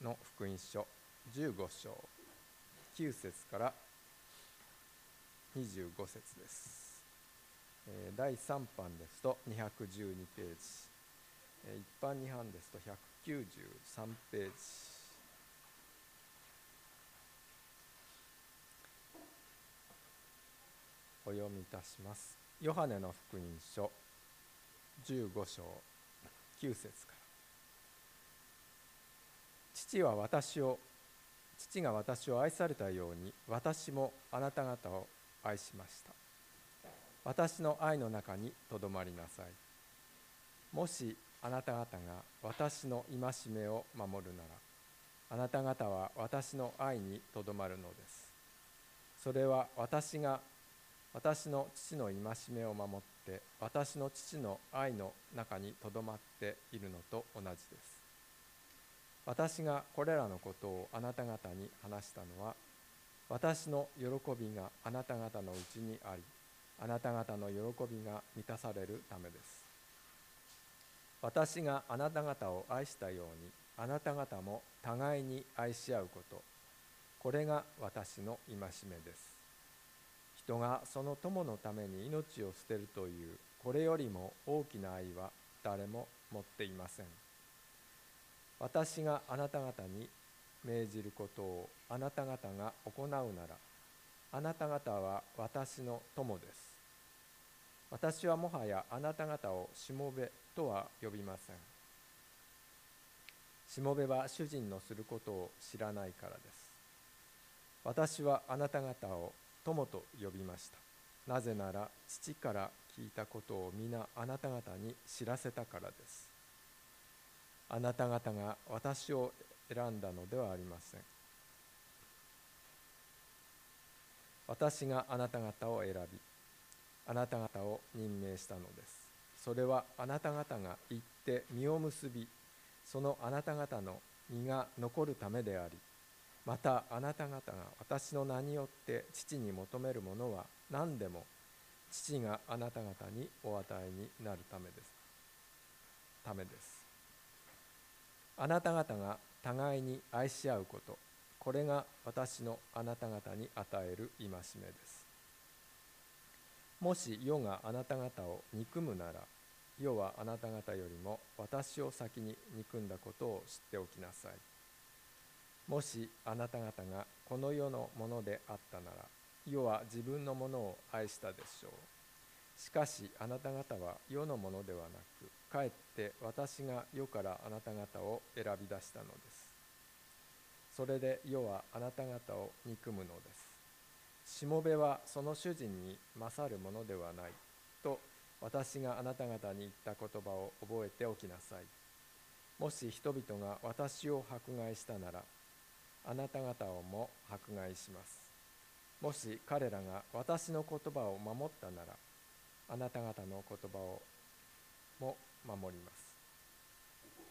の福音書15章9節から25節です。第3版ですと212ページ、一般2版ですと193ページ。お読みいたします。ヨハネの福音書15章9節から。父が私を愛されたように、私もあなた方を愛しました。私の愛の中にとどまりなさい。もしあなた方が私の戒めを守るなら、あなた方は私の愛にとどまるのです。それは私が私の父の戒めを守って、私の父の愛の中にとどまっているのと同じです。私がこれらのことをあなた方に話したのは、私の喜びがあなた方のうちにあり、あなた方の喜びが満たされるためです。私があなた方を愛したように、あなた方も互いに愛し合うこと、これが私の戒めです。人がその友のために命を捨てるという、これよりも大きな愛は誰も持っていません。私があなた方に命じることをあなた方が行うなら、あなた方は私の友です。私はもはやあなた方をしもべとは呼びません。しもべは主人のすることを知らないからです。私はあなた方を友と呼びました。なぜなら父から聞いたことを皆あなた方に知らせたからです。あなた方が私を選んだのではありません。私があなた方を選び、あなた方を任命したのです。それはあなた方が行って実を結び、そのあなた方の実が残るためであり、またあなた方が私の名によって父に求めるものは何でも父があなた方にお与えになるためです。あなた方が互いに愛し合うこと、これが私のあなた方に与える戒めです。もし世があなた方を憎むなら、世はあなた方よりも私を先に憎んだことを知っておきなさい。もしあなた方がこの世のものであったなら、世は自分のものを愛したでしょう。しかしあなた方は世のものではなく、かえって私が世からあなた方を選び出したのです。それで世はあなた方を憎むのです。しもべはその主人に勝るものではないと、私があなた方に言った言葉を覚えておきなさい。もし人々が私を迫害したなら、あなた方をも迫害します。もし彼らが私の言葉を守ったなら、あなた方の言葉をも守ります。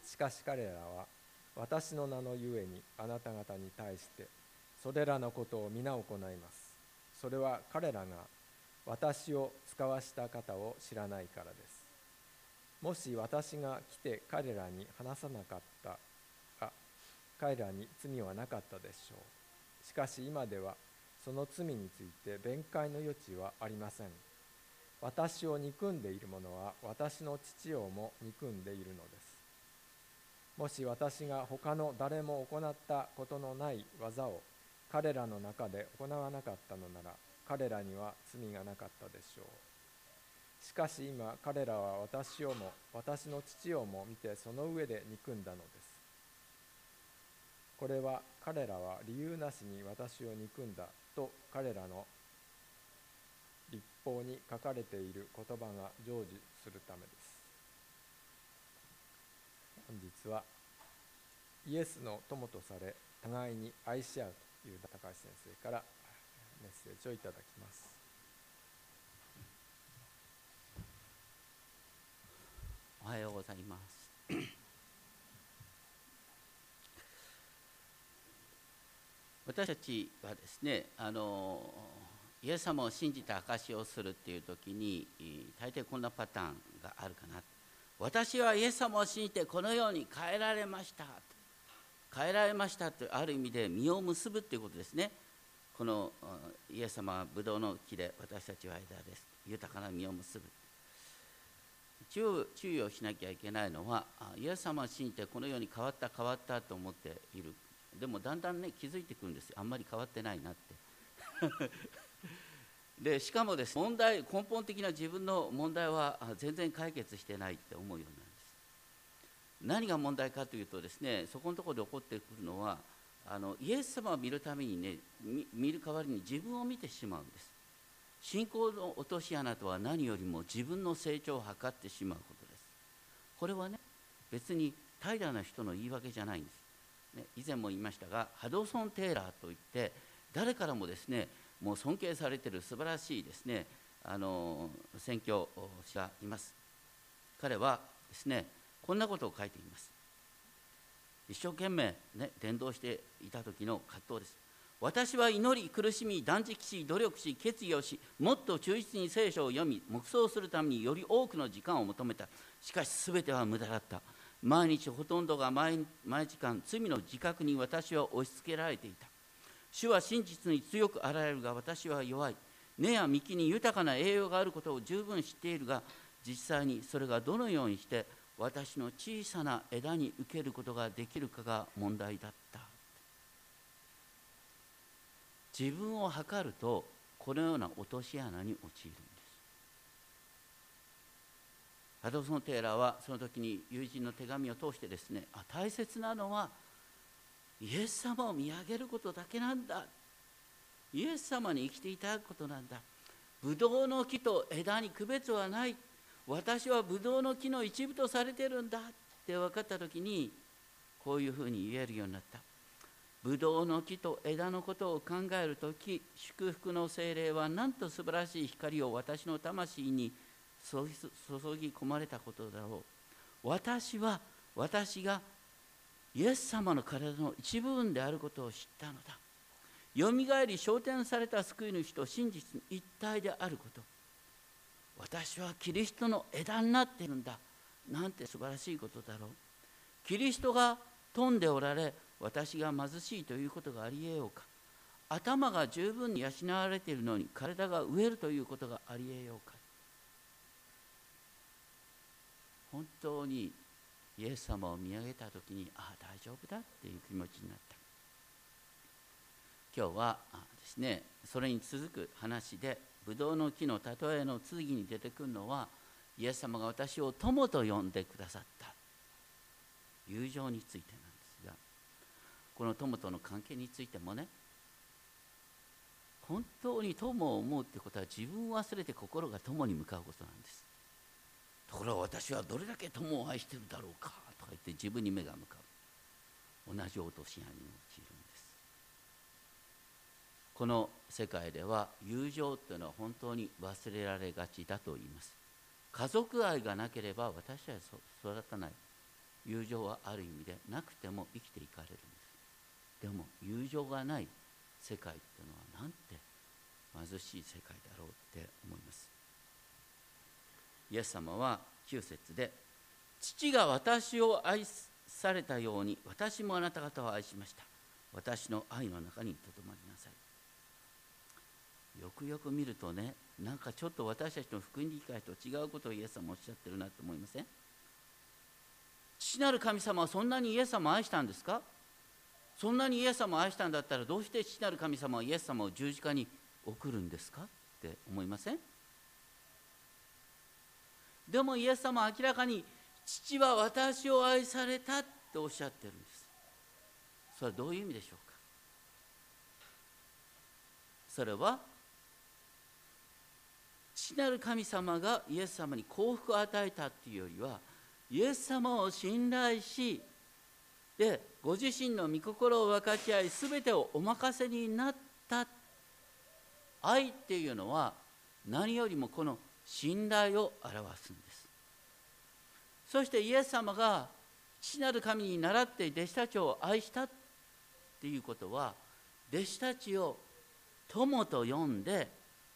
しかし彼らは私の名のゆえにあなた方に対してそれらのことを皆行います。それは彼らが私を使わした方を知らないからです。もし私が来て彼らに話さなかったら、彼らに罪はなかったでしょう。しかし今ではその罪について弁解の余地はありません。私を憎んでいる者は私の父をも憎んでいるのです。もし私が他の誰も行ったことのない技を彼らの中で行わなかったのなら、彼らには罪がなかったでしょう。しかし今彼らは私をも私の父をも見てその上で憎んだのです。これは彼らは理由なしに私を憎んだと彼らの律法に書かれている言葉が成就するためです。本日はイエスの友とされ互いに愛し合うという高橋先生からメッセージをいただきます。 おはようございます。私たちはですね、イエス様を信じた証をするっていう時に大抵こんなパターンがあるかな。私はイエス様を信じてこのように変えられました。 変えられましたというある意味で実を結ぶということですね。このイエス様はブドウの木で、私たちは枝です。豊かな実を結ぶ。注意をしなきゃいけないのは、イエス様を信じてこのように変わったと思っている。でもだんだんね、気づいてくるんですよ。あんまり変わってないなってでしかもです、根本的な自分の問題は全然解決してないって思うようになるんです。何が問題かというとですね、そこのところで起こってくるのは、イエス様を見るためにね、見る代わりに自分を見てしまうんです。信仰の落とし穴とは何よりも自分の成長を図ってしまうことです。これはね、別に平らな人の言い訳じゃないんです、ね、以前も言いましたが、ハドソン・テイラーといって誰からもですね、もう尊敬されている素晴らしいですね、宣教師がいます。彼はですね、こんなことを書いています。一生懸命、ね、伝道していた時の葛藤です。私は祈り苦しみ断食し努力し決意をし、もっと忠実に聖書を読み黙想するためにより多くの時間を求めた。しかし全ては無駄だった。毎日ほとんどが毎時間罪の自覚に私は押し付けられていた。主は真実に強くあられるが私は弱い。根や幹に豊かな栄養があることを十分知っているが、実際にそれがどのようにして私の小さな枝に受けることができるかが問題だった。自分を測るとこのような落とし穴に陥るんです。ハドソン・テイラーはその時に友人の手紙を通してですね、大切なのはイエス様を見上げることだけなんだ、イエス様に生きていただくことなんだ、ブドウの木と枝に区別はない、私はブドウの木の一部とされてるんだって分かった時に、こういうふうに言えるようになった。ブドウの木と枝のことを考えるとき、祝福の聖霊はなんと素晴らしい光を私の魂に注ぎ込まれたことだろう。私がイエス様の体の一部分であることを知ったのだ。よみがえり昇天された救い主と真実の一体であること。私はキリストの枝になっているんだ。なんて素晴らしいことだろう。キリストが富んでおられ、私が貧しいということがありえようか。頭が十分に養われているのに体が飢えるということがありえようか。本当にイエス様を見上げたときに、大丈夫だっていう気持ちになった。今日はですね、それに続く話で、ブドウの木の例えの次に出てくるのは、イエス様が私を友と呼んでくださった友情についてなんですが、この友との関係についてもね、本当に友を思うってことは自分を忘れて心が友に向かうことなんです。ところが私はどれだけ友を愛してるだろうかとか言って自分に目が向かう。同じ落とし穴に陥るんです。この世界では友情というのは本当に忘れられがちだと言います。家族愛がなければ私は育たない。友情はある意味でなくても生きていかれるんです。でも友情がない世界というのはなんて貧しい世界だろうって思います。イエス様は9節で、父が私を愛されたように私もあなた方を愛しました。私の愛の中にとどまりなさい。よくよく見るとね、なんかちょっと私たちの福音理解と違うことをイエス様おっしゃってるなと思いません？父なる神様はそんなにイエス様を愛したんですか？そんなにイエス様を愛したんだったら、どうして父なる神様はイエス様を十字架に送るんですかって思いません？でもイエス様は明らかに父は私を愛されたっておっしゃってるんです。それはどういう意味でしょうか？それは父なる神様がイエス様に幸福を与えたっていうよりは、イエス様を信頼し、でご自身の御心を分かち合い全てをお任せになった愛っていうのは、何よりもこの信頼を表すんです。そしてイエス様が父なる神に倣って弟子たちを愛したっていうことは、弟子たちを友と呼んで、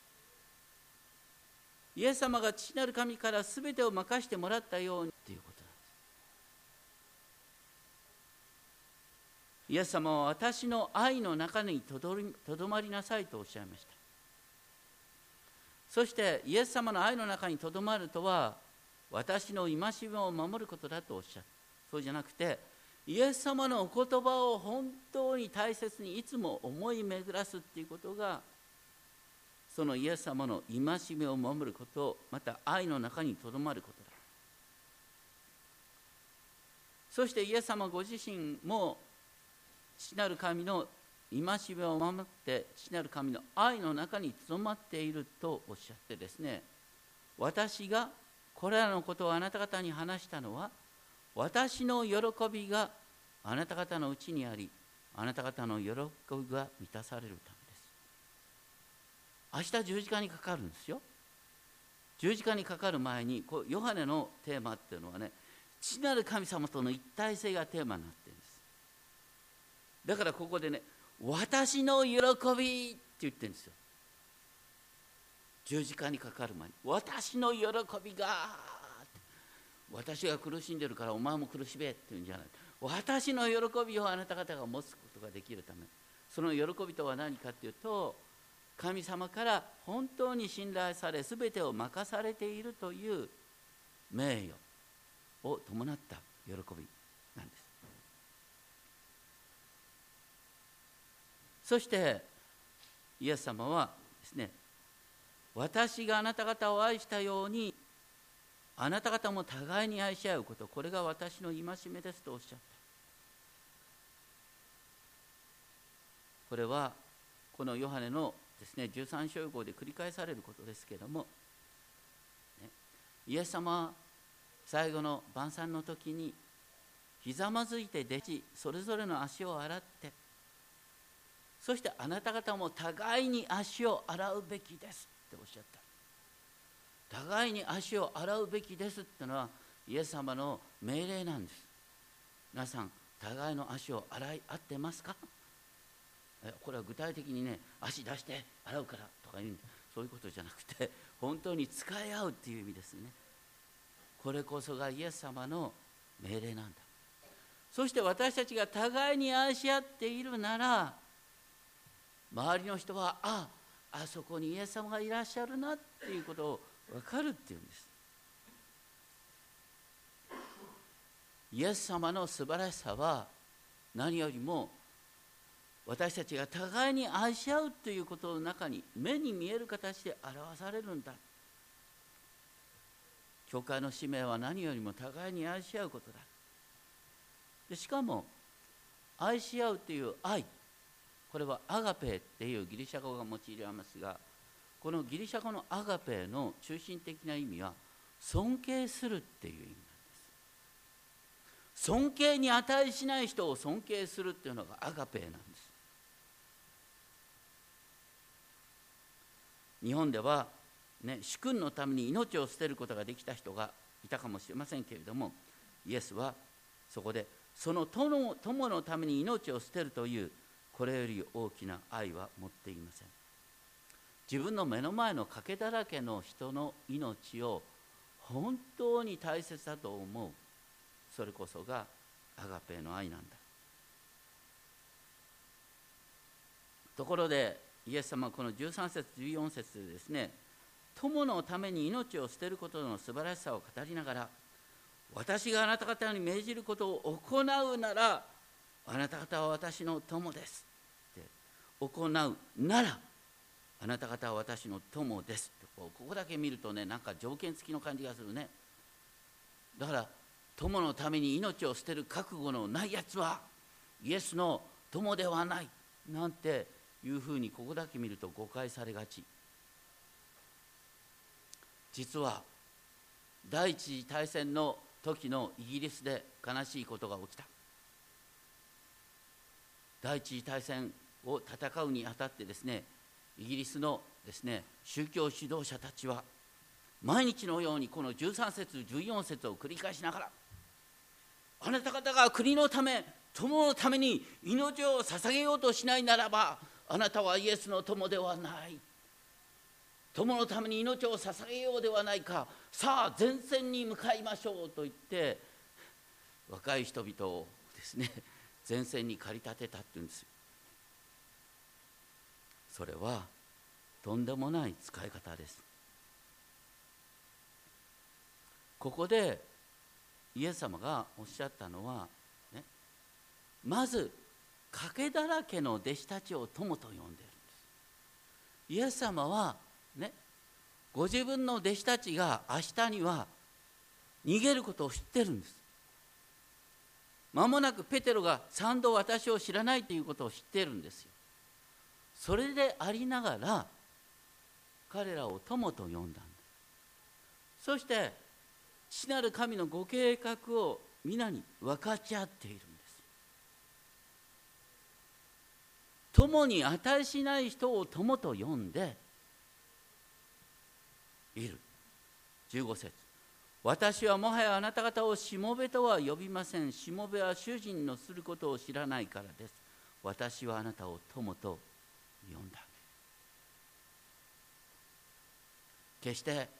イエス様が父なる神から全てを任してもらったようにということなんです。 イエス様は私の愛の中にとどまりなさいとおっしゃいました。そしてイエス様の愛の中にとどまるとは、私の戒めを守ることだとおっしゃる。そうじゃなくて、イエス様のお言葉を本当に大切にいつも思い巡らすっていうことが、そのイエス様の戒めを守ること、また愛の中にとどまることだ。そしてイエス様ご自身も父なる神の戒めを守って父なる神の愛の中にとどまっているとおっしゃってですね、私がこれらのことをあなた方に話したのは、私の喜びがあなた方のうちにあり、あなた方の喜びが満たされるためです。明日十字架にかかるんですよ。十字架にかかる前にヨハネのテーマっていうのはね、父なる神様との一体性がテーマになっているんです。だからここでね、私の喜びって言ってるんですよ。十字架にかかる前に私の喜びが、私が苦しんでるからお前も苦しめっていうんじゃない。私の喜びをあなた方が持つことができるため、その喜びとは何かというと、神様から本当に信頼され全てを任されているという名誉を伴った喜びなんです。そしてイエス様はですね、私があなた方を愛したようにあなた方も互いに愛し合うこと、これが私の戒めですとおっしゃった。これはこのヨハネのですね13章以降で繰り返されることですけれども、イエス様は最後の晩餐の時にひざまずいて弟子それぞれの足を洗って、そしてあなた方も互いに足を洗うべきですっておっしゃった。互いに足を洗うべきですってのはイエス様の命令なんです。皆さん互いの足を洗い合ってますか？これは具体的にね、足出して洗うからとか言うんで、そういうことじゃなくて、本当に使い合うっていう意味ですね。これこそがイエス様の命令なんだ。そして私たちが互いに愛し合っているなら、周りの人はあそこにイエス様がいらっしゃるなっていうことを分かるっていうんです。イエス様の素晴らしさは何よりも、私たちが互いに愛し合うということの中に目に見える形で表されるんだ。教会の使命は何よりも互いに愛し合うことだ。でしかも愛し合うという愛、これはアガペっていうギリシャ語が用いられますが、このギリシャ語のアガペの中心的な意味は尊敬するっていう意味なんです。尊敬に値しない人を尊敬するっていうのがアガペなんです。日本ではね、主君のために命を捨てることができた人がいたかもしれませんけれども、イエスはそこでその友のために命を捨てるというこれより大きな愛は持っていません。自分の目の前の賭けだらけの人の命を本当に大切だと思う、それこそがアガペの愛なんだ。ところでイエス様はこの13節14節でですね、友のために命を捨てることの素晴らしさを語りながら、私があなた方に命じることを行うならあなた方は私の友ですって、行うならあなた方は私の友ですって、ここだけ見るとね、なんか条件付きの感じがするね。だから友のために命を捨てる覚悟のないやつはイエスの友ではないなんていうふうにここだけ見ると誤解されがち。実は第一次大戦の時のイギリスで悲しいことが起きた。第一次大戦を戦うにあたってですね、イギリスのですね宗教指導者たちは毎日のようにこの13節14節を繰り返しながら、あなた方が国のため友のために命を捧げようとしないならばあなたはイエスの友ではない。友のために命を捧げようではないか、さあ前線に向かいましょうと言って若い人々をですね前線に駆り立てたっていうんですよ。それはとんでもない使い方です。ここでイエス様がおっしゃったのは、ね、まず賭けだらけの弟子たちを友と呼んでいるんです。イエス様はね、ご自分の弟子たちが明日には逃げることを知ってるんです。間もなくペテロが3度私を知らないということを知っているんですよ。それでありながら彼らを友と呼んだんです。そして父なる神のご計画を皆に分かち合っているんです。友に値しない人を友と呼んでいる。15節、私はもはやあなた方をしもべとは呼びません。しもべは主人のすることを知らないからです。私はあなたを友と呼んだ。決して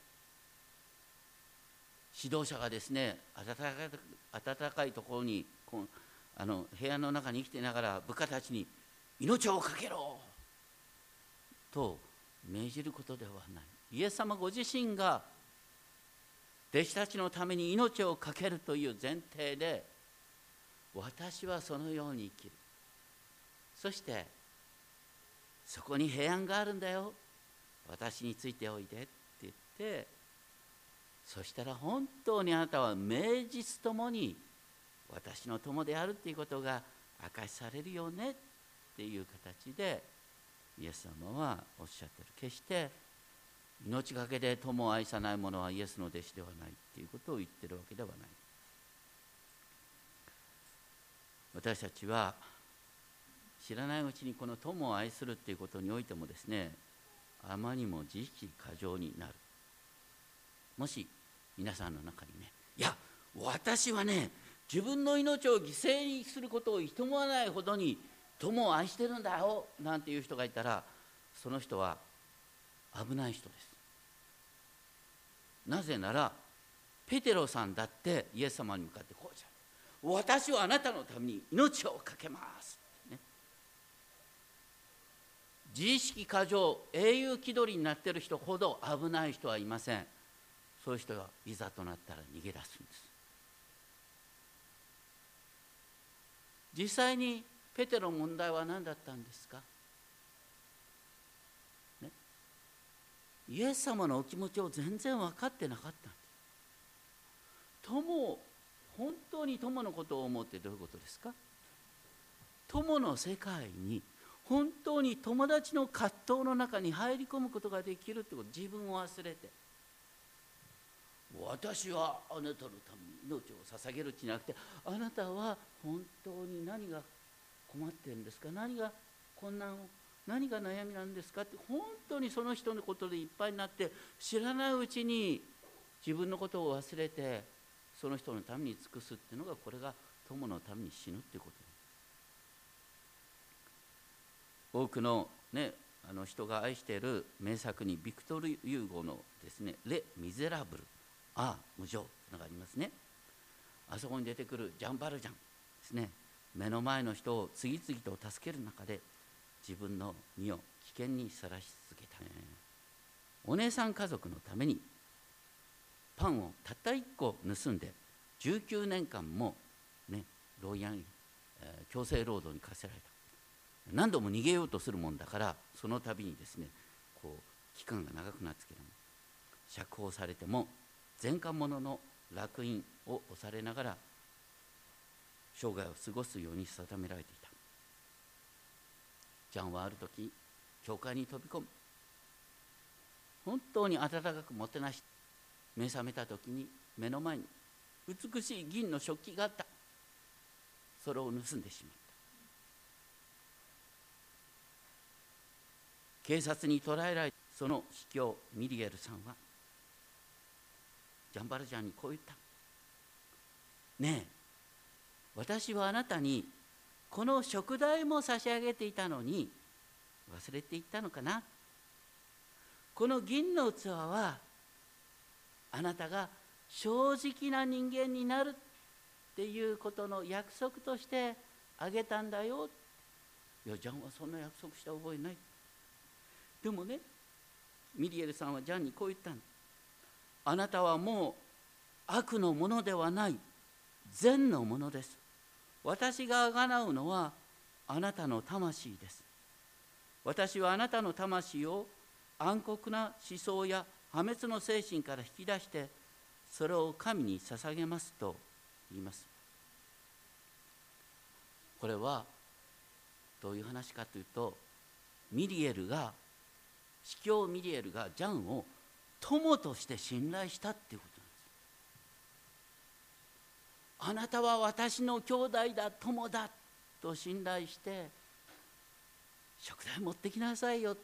指導者がですね、暖かいところに部屋の中に生きていながら部下たちに命を懸けろと命じることではない。イエス様ご自身が弟子たちのために命を懸けるという前提で、私はそのように生きる。そしてそこに平安があるんだよ、私についておいでって言って、そしたら本当にあなたは名実ともに私の友であるということが明かしされるよねっていう形でイエス様はおっしゃってる。決して命がけで友を愛さない者はイエスの弟子ではないっていうことを言ってるわけではない。私たちは知らないうちにこの友を愛するっていうことにおいてもですね、あまりにも自意識過剰になる。もし皆さんの中にね、いや私はね、自分の命を犠牲にすることをいともわないほどに友を愛してるんだよなんていう人がいたら、その人は危ない人です。なぜならペテロさんだってイエス様に向かってこうじゃ、私はあなたのために命を懸けます、ね、自意識過剰、英雄気取りになっている人ほど危ない人はいません。そういう人はいざとなったら逃げ出すんです。実際にペテロの問題は何だったんですか、ね、イエス様のお気持ちを全然分かってなかったんです。友、本当に友のことを思うってどういうことですか。友の世界に本当に友達の葛藤の中に入り込むことができるってこと、自分を忘れて、私はあなたのために命を捧げるってじゃなくて、あなたは本当に何が困っているんですか、何が困難を、何が悩みなんですかって、本当にその人のことでいっぱいになって、知らないうちに自分のことを忘れてその人のために尽くすっていうのが、これが友のために死ぬっていうこと。多くのね、人が愛している名作にビクトル・ユーゴのですね、レ・ミゼラブル、無情というのがありますね。あそこに出てくるジャン・バルジャンですね、目の前の人を次々と助ける中で自分の身を危険にさらし続けた。お姉さん家族のためにパンをたった1個盗んで19年間もね、牢屋に、強制労働に課せられた。何度も逃げようとするもんだから、その度にですね、こう期間が長くなってきても釈放されても前科者の烙印を押されながら生涯を過ごすように定められていた。ジャンはある時教会に飛び込む。本当に温かくもてなし、目覚めた時に目の前に美しい銀の食器があった。それを盗んでしまった。警察に捕らえられ、その司教ミリエルさんはジャンバルジャンにこう言った。ねえ、私はあなたにこの食材も差し上げていたのに忘れていったのかな。この銀の器はあなたが正直な人間になるっていうことの約束としてあげたんだよ。いや、ジャンはそんな約束した覚えない。でもね、ミリエルさんはジャンにこう言ったんです。あなたはもう悪のものではない、善のものです。私があがなうのはあなたの魂です。私はあなたの魂を暗黒な思想や破滅の精神から引き出して、それを神に捧げますと言います。これはどういう話かというと、司教ミリエルがジャンを友として信頼したっていうことなんです。あなたは私の兄弟だ、友だと信頼して、食材持ってきなさいよ。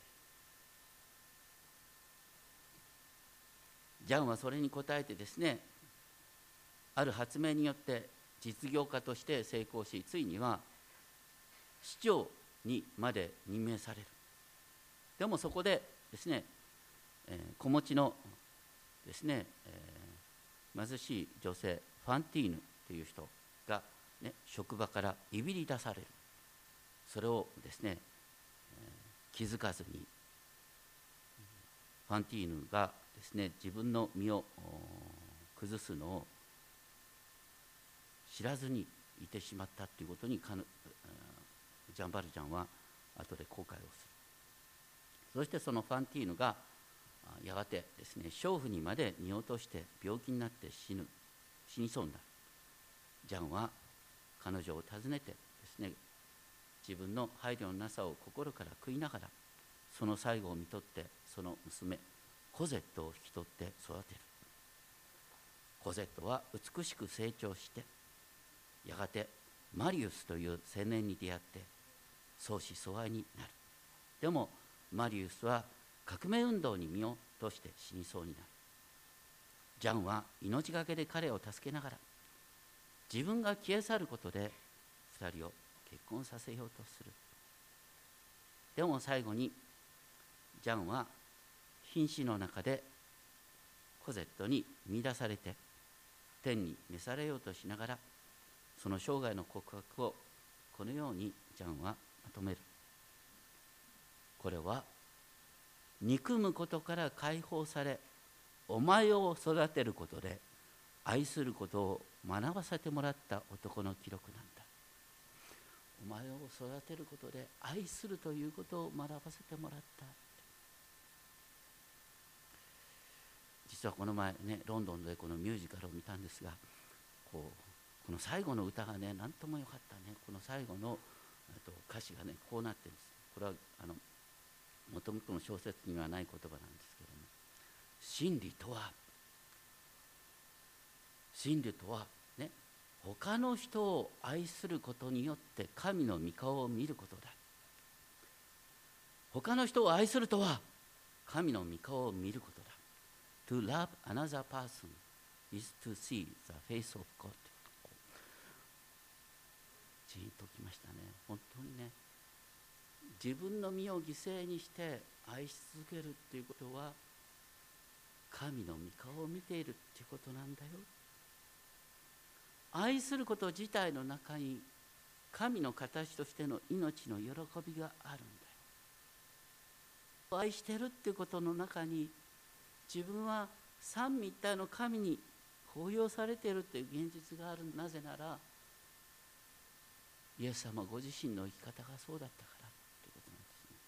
ジャンはそれに応えてですね、ある発明によって実業家として成功し、ついには市長にまで任命される。でもそこでですね、子持ちのですね、貧しい女性ファンティーヌという人が、ね、職場からいびり出される。それをですね、気づかずにファンティーヌがですね、自分の身を崩すのを知らずにいてしまったということにジャン・バルジャンは後で後悔をする。そしてそのファンティーヌがやがてですね、娼婦にまで見落として病気になって死にそうになる。ジャンは彼女を訪ねてですね、自分の配慮のなさを心から悔いながら、その最後を見とって、その娘コゼットを引き取って育てる。コゼットは美しく成長して、やがてマリウスという青年に出会って相思相愛になる。でもマリウスは革命運動に身を賭して死にそうになる。ジャンは命がけで彼を助けながら、自分が消え去ることで2人を結婚させようとする。でも最後にジャンは瀕死の中でコゼットに見出されて、天に召されようとしながら、その生涯の告白をこのようにジャンはまとめる。これは憎むことから解放され、お前を育てることで愛することを学ばせてもらった男の記録なんだ。お前を育てることで愛するということを学ばせてもらった。実はこの前ね、ロンドンでこのミュージカルを見たんですが、この最後の歌がね、なんともよかったね。この最後の歌詞がね、こうなってるんです。これはもともとの小説にはない言葉なんですけども、真理とはね、他の人を愛することによって神の御顔を見ることだ。他の人を愛するとは神の御顔を見ることだ。To love another person is to see the face of God。 じーんときましたね。本当にね、自分の身を犠牲にして愛し続けるっていうことは、神の御顔を見ているっていうことなんだよ。愛すること自体の中に神の形としての命の喜びがあるんだよ。愛してるっていうことの中に、自分は三位一体の神に高揚されているっていう現実がある。なぜならイエス様ご自身の生き方がそうだったからということなん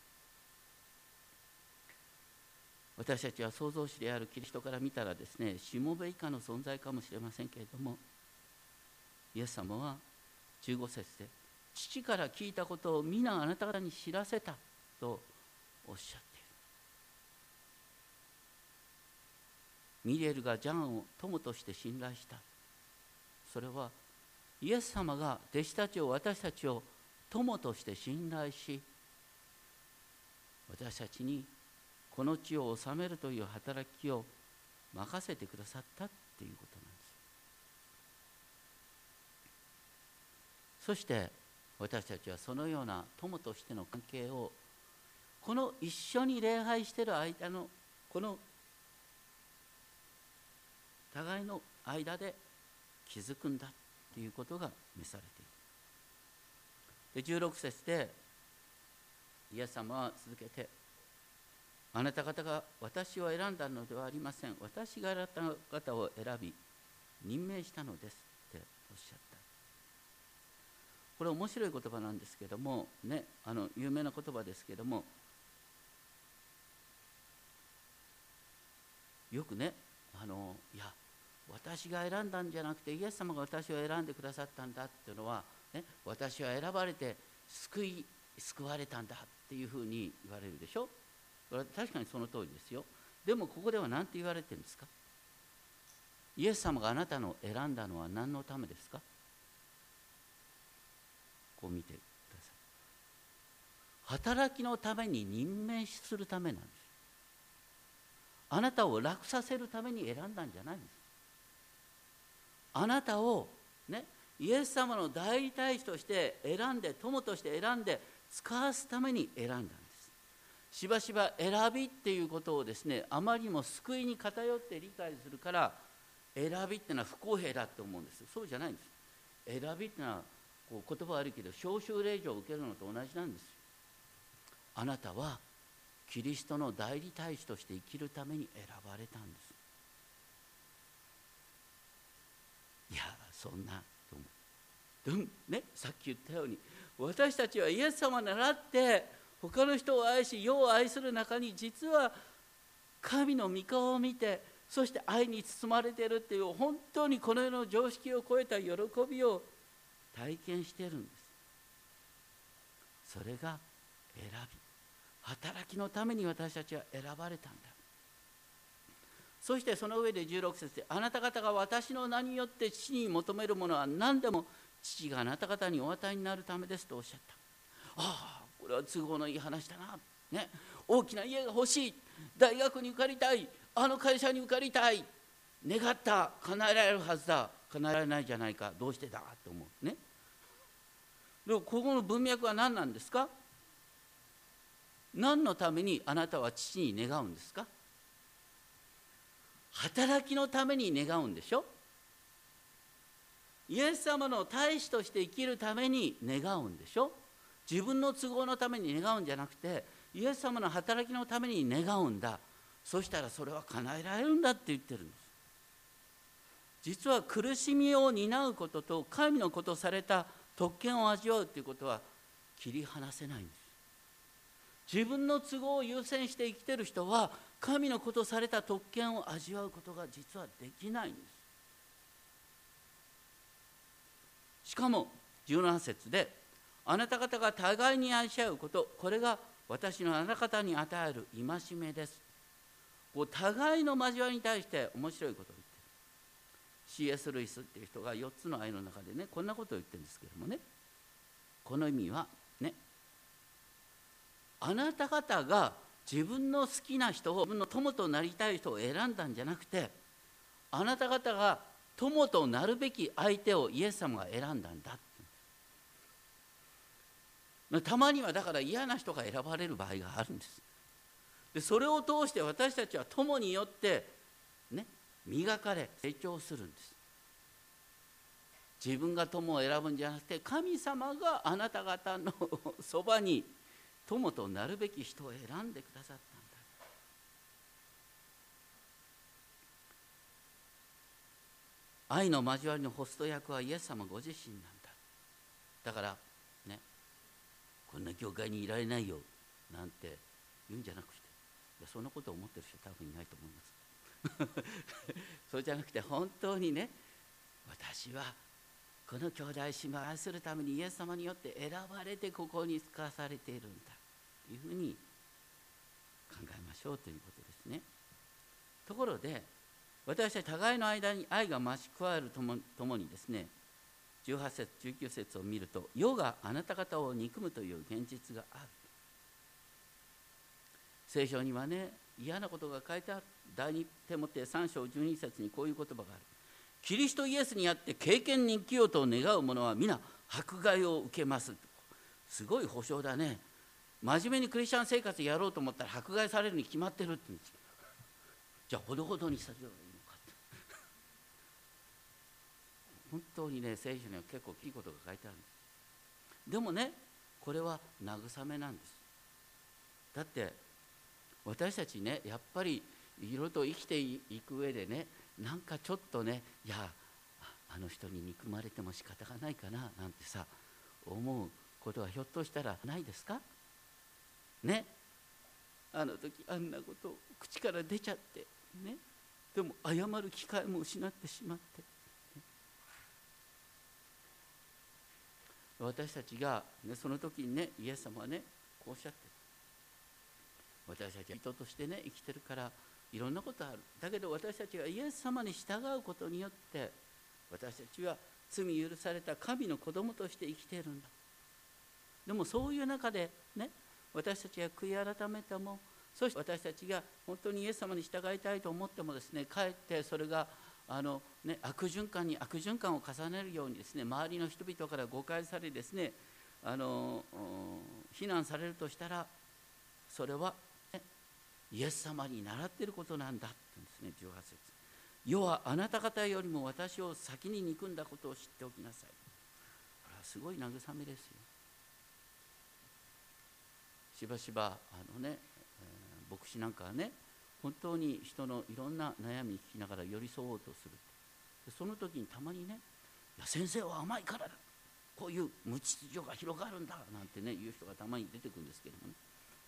ですね。私たちは創造主であるキリストから見たらですね、しもべ以下の存在かもしれませんけれども、イエス様は15節で、父から聞いたことを皆あなた方に知らせたとおっしゃっている。ミリエルがジャンを友として信頼した。それはイエス様が弟子たちを、私たちを友として信頼し、私たちにこの地を治めるという働きを任せてくださったっていうことなんです。そして私たちはそのような友としての関係を、この一緒に礼拝している間のこの互いの間で築くんだということが召されている。 で16節でイエス様は続けて、あなた方が私を選んだのではありません。私があなた方を選び任命したのですっておっしゃった。これ面白い言葉なんですけどもね、有名な言葉ですけども、よくね、いや私が選んだんじゃなくてイエス様が私を選んでくださったんだっていうのは、ね、私は選ばれて救われたんだっていうふうに言われるでしょ。確かにその通りですよ。でもここでは何て言われてるんですか。イエス様があなたの選んだのは何のためですか。こう見てください。働きのために任命するためなんです。あなたを楽させるために選んだんじゃないんです。あなたをね、イエス様の代理大使として選んで、友として選んで使わすために選んだんです。しばしば選びっていうことをですね、あまりにも救いに偏って理解するから、選びっていうのは不公平だと思うんです。そうじゃないんです。選びっていうのはこう言葉悪いけど召集令状を受けるのと同じなんです。あなたはキリストの代理大使として生きるために選ばれたんです。いやそんなと思う。でもね、さっき言ったように私たちはイエス様に倣って他の人を愛し世を愛する中に、実は神の御顔を見て、そして愛に包まれているっていう、本当にこの世の常識を超えた喜びを体験しているんです。それが選び、働きのために私たちは選ばれたんだ。そしてその上で16節で、あなた方が私の名によって父に求めるものは何でも父があなた方にお与えになるためですとおっしゃった。ああ、これは都合のいい話だな、ね、大きな家が欲しい、大学に受かりたい、あの会社に受かりたい、願った叶えられるはずだ、叶えられないじゃないか、どうしてだと思うね。でもここの文脈は何なんですか。何のためにあなたは父に願うんですか。働きのために願うんでしょ。イエス様の大使として生きるために願うんでしょ。自分の都合のために願うんじゃなくて、イエス様の働きのために願うんだ。そしたらそれは叶えられるんだって言ってるんです。実は苦しみを担うことと神のことされた特権を味わうということは切り離せないんです。自分の都合を優先して生きている人は神のことされた特権を味わうことが実はできないんです。しかも17節で、あなた方が互いに愛し合うこと、これが私のあなた方に与える戒めです。こう互いの交わりに対して面白いことを言ってる。C.S. ルイスっていう人が4つの愛の中でね、こんなことを言ってるんですけどもね、この意味はね、あなた方が自分の好きな人を、自分の友となりたい人を選んだんじゃなくて、あなた方が友となるべき相手をイエス様が選んだんだって。たまにはだから嫌な人が選ばれる場合があるんです。でそれを通して私たちは友によってね、磨かれ成長するんです。自分が友を選ぶんじゃなくて、神様があなた方のそばに友となるべき人を選んでくださったんだ。愛の交わりのホスト役はイエス様ご自身なんだ。だからね、こんな教会にいられないよなんて言うんじゃなくて、いやそんなことを思ってる人多分いないと思いますそうじゃなくて、本当にね、私はこの兄弟姉妹を愛するためにイエス様によって選ばれてここに使わされているんだというふうに考えましょうということですね。ところで私たち互いの間に愛が増し加えるともにですね、18節19節を見ると、世があなた方を憎むという現実がある。聖書にはね、嫌なことが書いてある。第2テモテ3章12節にこういう言葉がある。キリストイエスにあって敬虔に生きようと願う者は皆迫害を受けます。すごい保証だね。真面目にクリスチャン生活やろうと思ったら迫害されるに決まってるって言うんです。じゃあほどほどにさせればいいのかって本当にね、聖書には結構いいことが書いてあるんです。 でもね、これは慰めなんです。だって私たちね、やっぱりいろいろと生きていく上でね、なんかちょっとね、いやあの人に憎まれても仕方がないかななんてさ思うことはひょっとしたらないですかね。あの時あんなこと口から出ちゃってね、でも謝る機会も失ってしまって、ね、私たちが、ね、その時にね、イエス様はねこうおっしゃって、私たちは人としてね生きてるからいろんなことある。だけど私たちがイエス様に従うことによって私たちは罪許された神の子供として生きているんだ。でもそういう中でね、私たちが悔い改めても、そして私たちが本当にイエス様に従いたいと思ってもですね、かえってそれが悪循環に悪循環を重ねるようにですね、周りの人々から誤解されですね、非難されるとしたら、それは、ね、イエス様に倣っていることなんだって言うんですね。18節。世はあなた方よりも私を先に憎んだことを知っておきなさい。これはすごい慰めですよ。しばしば牧師なんかはね、本当に人のいろんな悩み聞きながら寄り添おうとする。でその時にたまにね、いや先生は甘いからだ、こういう無秩序が広がるんだなんてね言う人がたまに出てくるんですけどもね、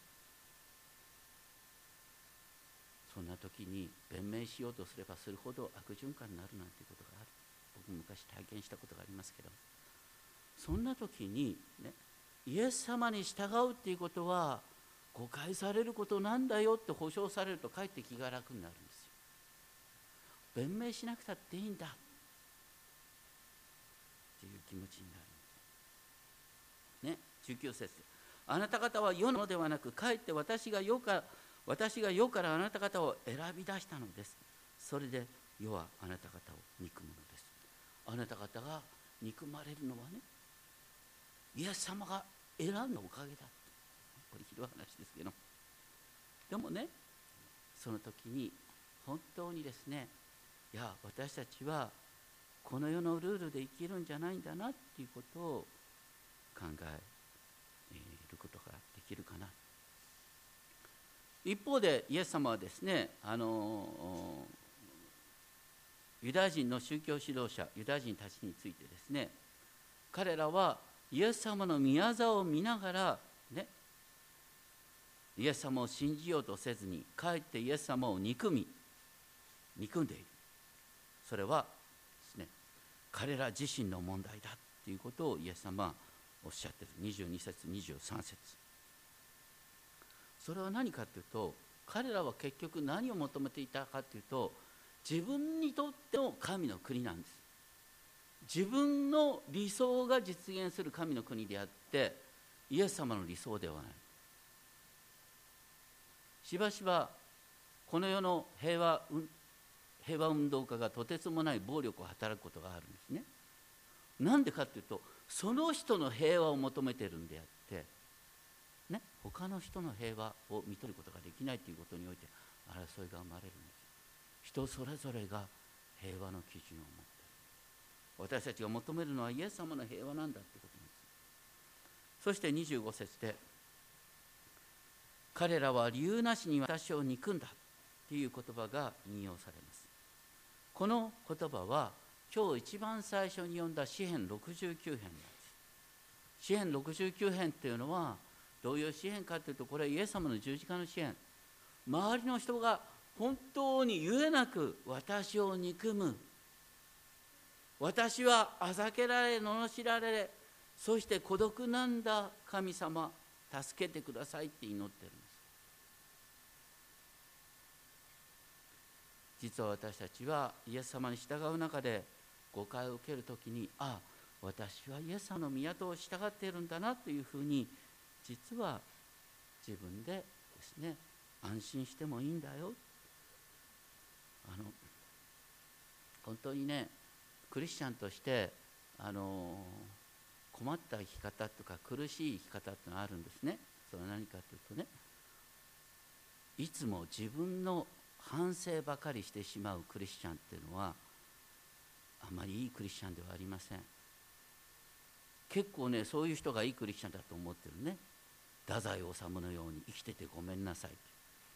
そんな時に弁明しようとすればするほど悪循環になるなんていうことがある。僕昔体験したことがありますけど、そんな時にね、イエス様に従うっていうことは誤解されることなんだよって保証されると、かえって気が楽になるんですよ。弁明しなくたっていいんだっていう気持ちになるんですね。19節、あなた方は世のものではなく、かえって私が世からあなた方を選び出したのです。それで世はあなた方を憎むのです。あなた方が憎まれるのはね、イエス様が選んだおかげだ。これひどい話ですけど、でもね、その時に本当にですね、いや私たちはこの世のルールで生きるんじゃないんだなっていうことを考えることができるかな。一方でイエス様はですね、ユダヤ人の宗教指導者、ユダヤ人たちについてですね、彼らはイエス様の宮座を見ながらね、イエス様を信じようとせずに、かえってイエス様を憎んでいる。それはですね、彼ら自身の問題だということをイエス様はおっしゃっている。22節23節。それは何かというと、彼らは結局何を求めていたかというと、自分にとっての神の国なんです。自分の理想が実現する神の国であって、イエス様の理想ではない。しばしばこの世の平和運動家がとてつもない暴力を働くことがあるんですね。なんでかというと、その人の平和を求めているんであってね、他の人の平和を認めることができないということにおいて争いが生まれるんです。人それぞれが平和の基準を持っている。私たちが求めるのはイエス様の平和なんだということなんです。そして25節で、彼らは理由なしに私を憎んだという言葉が引用されます。この言葉は今日一番最初に読んだ詩編69編なんです。詩編69編というのはどういう詩編かというと、これはイエス様の十字架の詩編。周りの人が本当に言えなく私を憎む、私はあざけられ罵られ、そして孤独なんだ、神様助けてくださいって祈ってるんです。実は私たちはイエス様に従う中で誤解を受けるときに、私はイエス様の宮と従っているんだなというふうに、実は自分でですね、安心してもいいんだよ。本当にね、クリスチャンとして困った生き方とか苦しい生き方ってのがあるんですね。それは何かというとね、いつも自分の反省ばかりしてしまうクリスチャンっていうのはあまりいいクリスチャンではありません。 結構ね、そういう人がいいクリスチャンだと思ってるね。太宰治のように生きててごめんなさいって。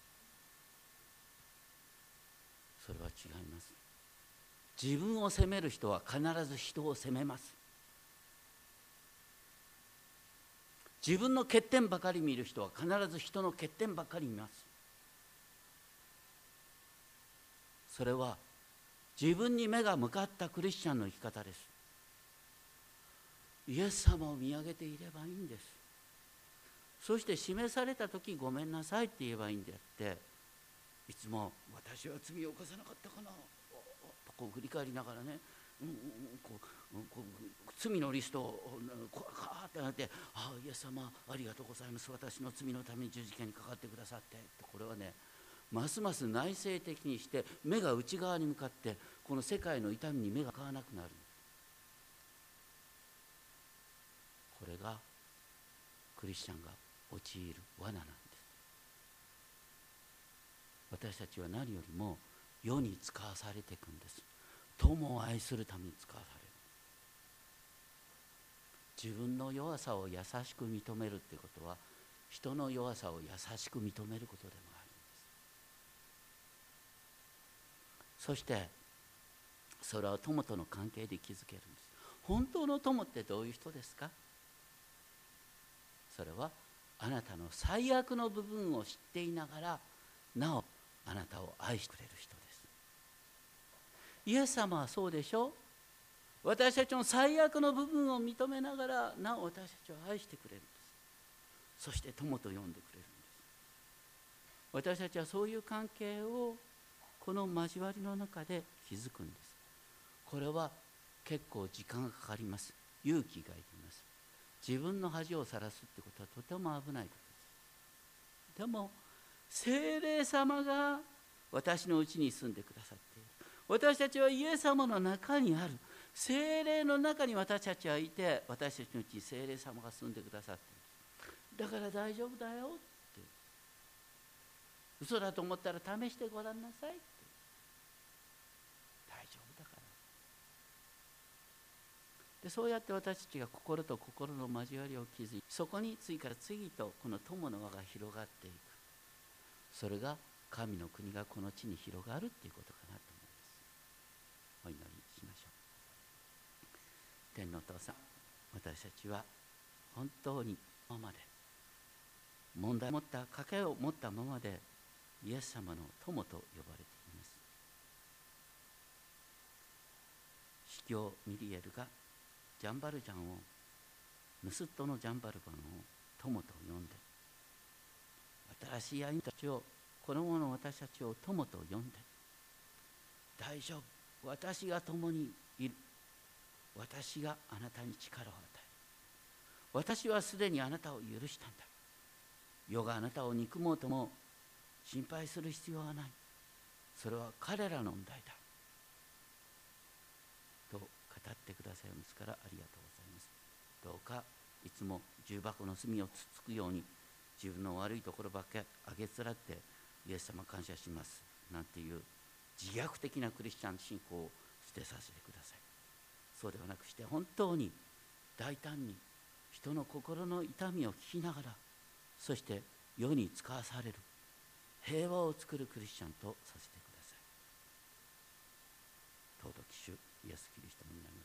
それは違います。自分を責める人は必ず人を責めます。自分の欠点ばかり見る人は必ず人の欠点ばかり見ます。それは自分に目が向かったクリスチャンの生き方です。イエス様を見上げていればいいんです。そして示された時ごめんなさいって言えばいいんであって、いつも私は罪を犯さなかったかなとこう振り返りながらね、罪のリストをカーってなって、ああイエス様ありがとうございます、私の罪のために十字架にかかってくださって、これはね、ますます内省的にして目が内側に向かってこの世界の痛みに目が向かわなくなる。これがクリスチャンが陥る罠なんです。私たちは何よりも世に使わされていくんです。友を愛するために使わされる。自分の弱さを優しく認めるっていうことは、人の弱さを優しく認めることでもあるんです。そしてそれは友との関係で築けるんです。本当の友ってどういう人ですか？それはあなたの最悪の部分を知っていながらなおあなたを愛してくれる人です。イエス様はそうでしょ。私たちの最悪の部分を認めながらなお私たちを愛してくれるんです。そして友と呼んでくれるんです。私たちはそういう関係をこの交わりの中で築くんです。これは結構時間がかかります。勇気がいります。自分の恥をさらすってことはとても危ないことです。でも聖霊様が私のうちに住んでくださっている。私たちはイエス様の中にある。聖霊の中に私たちはいて、私たちのうちに聖霊様が住んでくださっている。だから大丈夫だよって。嘘だと思ったら試してごらんなさいって。大丈夫だから。でそうやって私たちが心と心の交わりを築いて、そこに次から次とこの友の輪が広がっていく。それが神の国がこの地に広がるっていうことかなと思います。お祈りしましょう。天のお父さん、私たちは本当に今まで問題を持った賭けを持ったままでイエス様の友と呼ばれています。司教ミリエルがジャンバルジャンを、ヌスットのジャンバルバンを友と呼んで、新しい歩みたちを、この者私たちを友と呼んで、大丈夫、私が共にいる、私があなたに力を与える、私はすでにあなたを許したんだ、世があなたを憎もうとも心配する必要はない、それは彼らの問題だと語ってくださいますから、ありがとうございます。どうかいつも重箱の隅をつつくように、自分の悪いところばっかりあげつらってイエス様感謝しますなんていう自虐的なクリスチャン信仰を捨てさせてください。そうではなくして、本当に大胆に人の心の痛みを聞きながら、そして世に使わされる平和を作るクリスチャンとさせてください。尊き主イエスキリストの皆に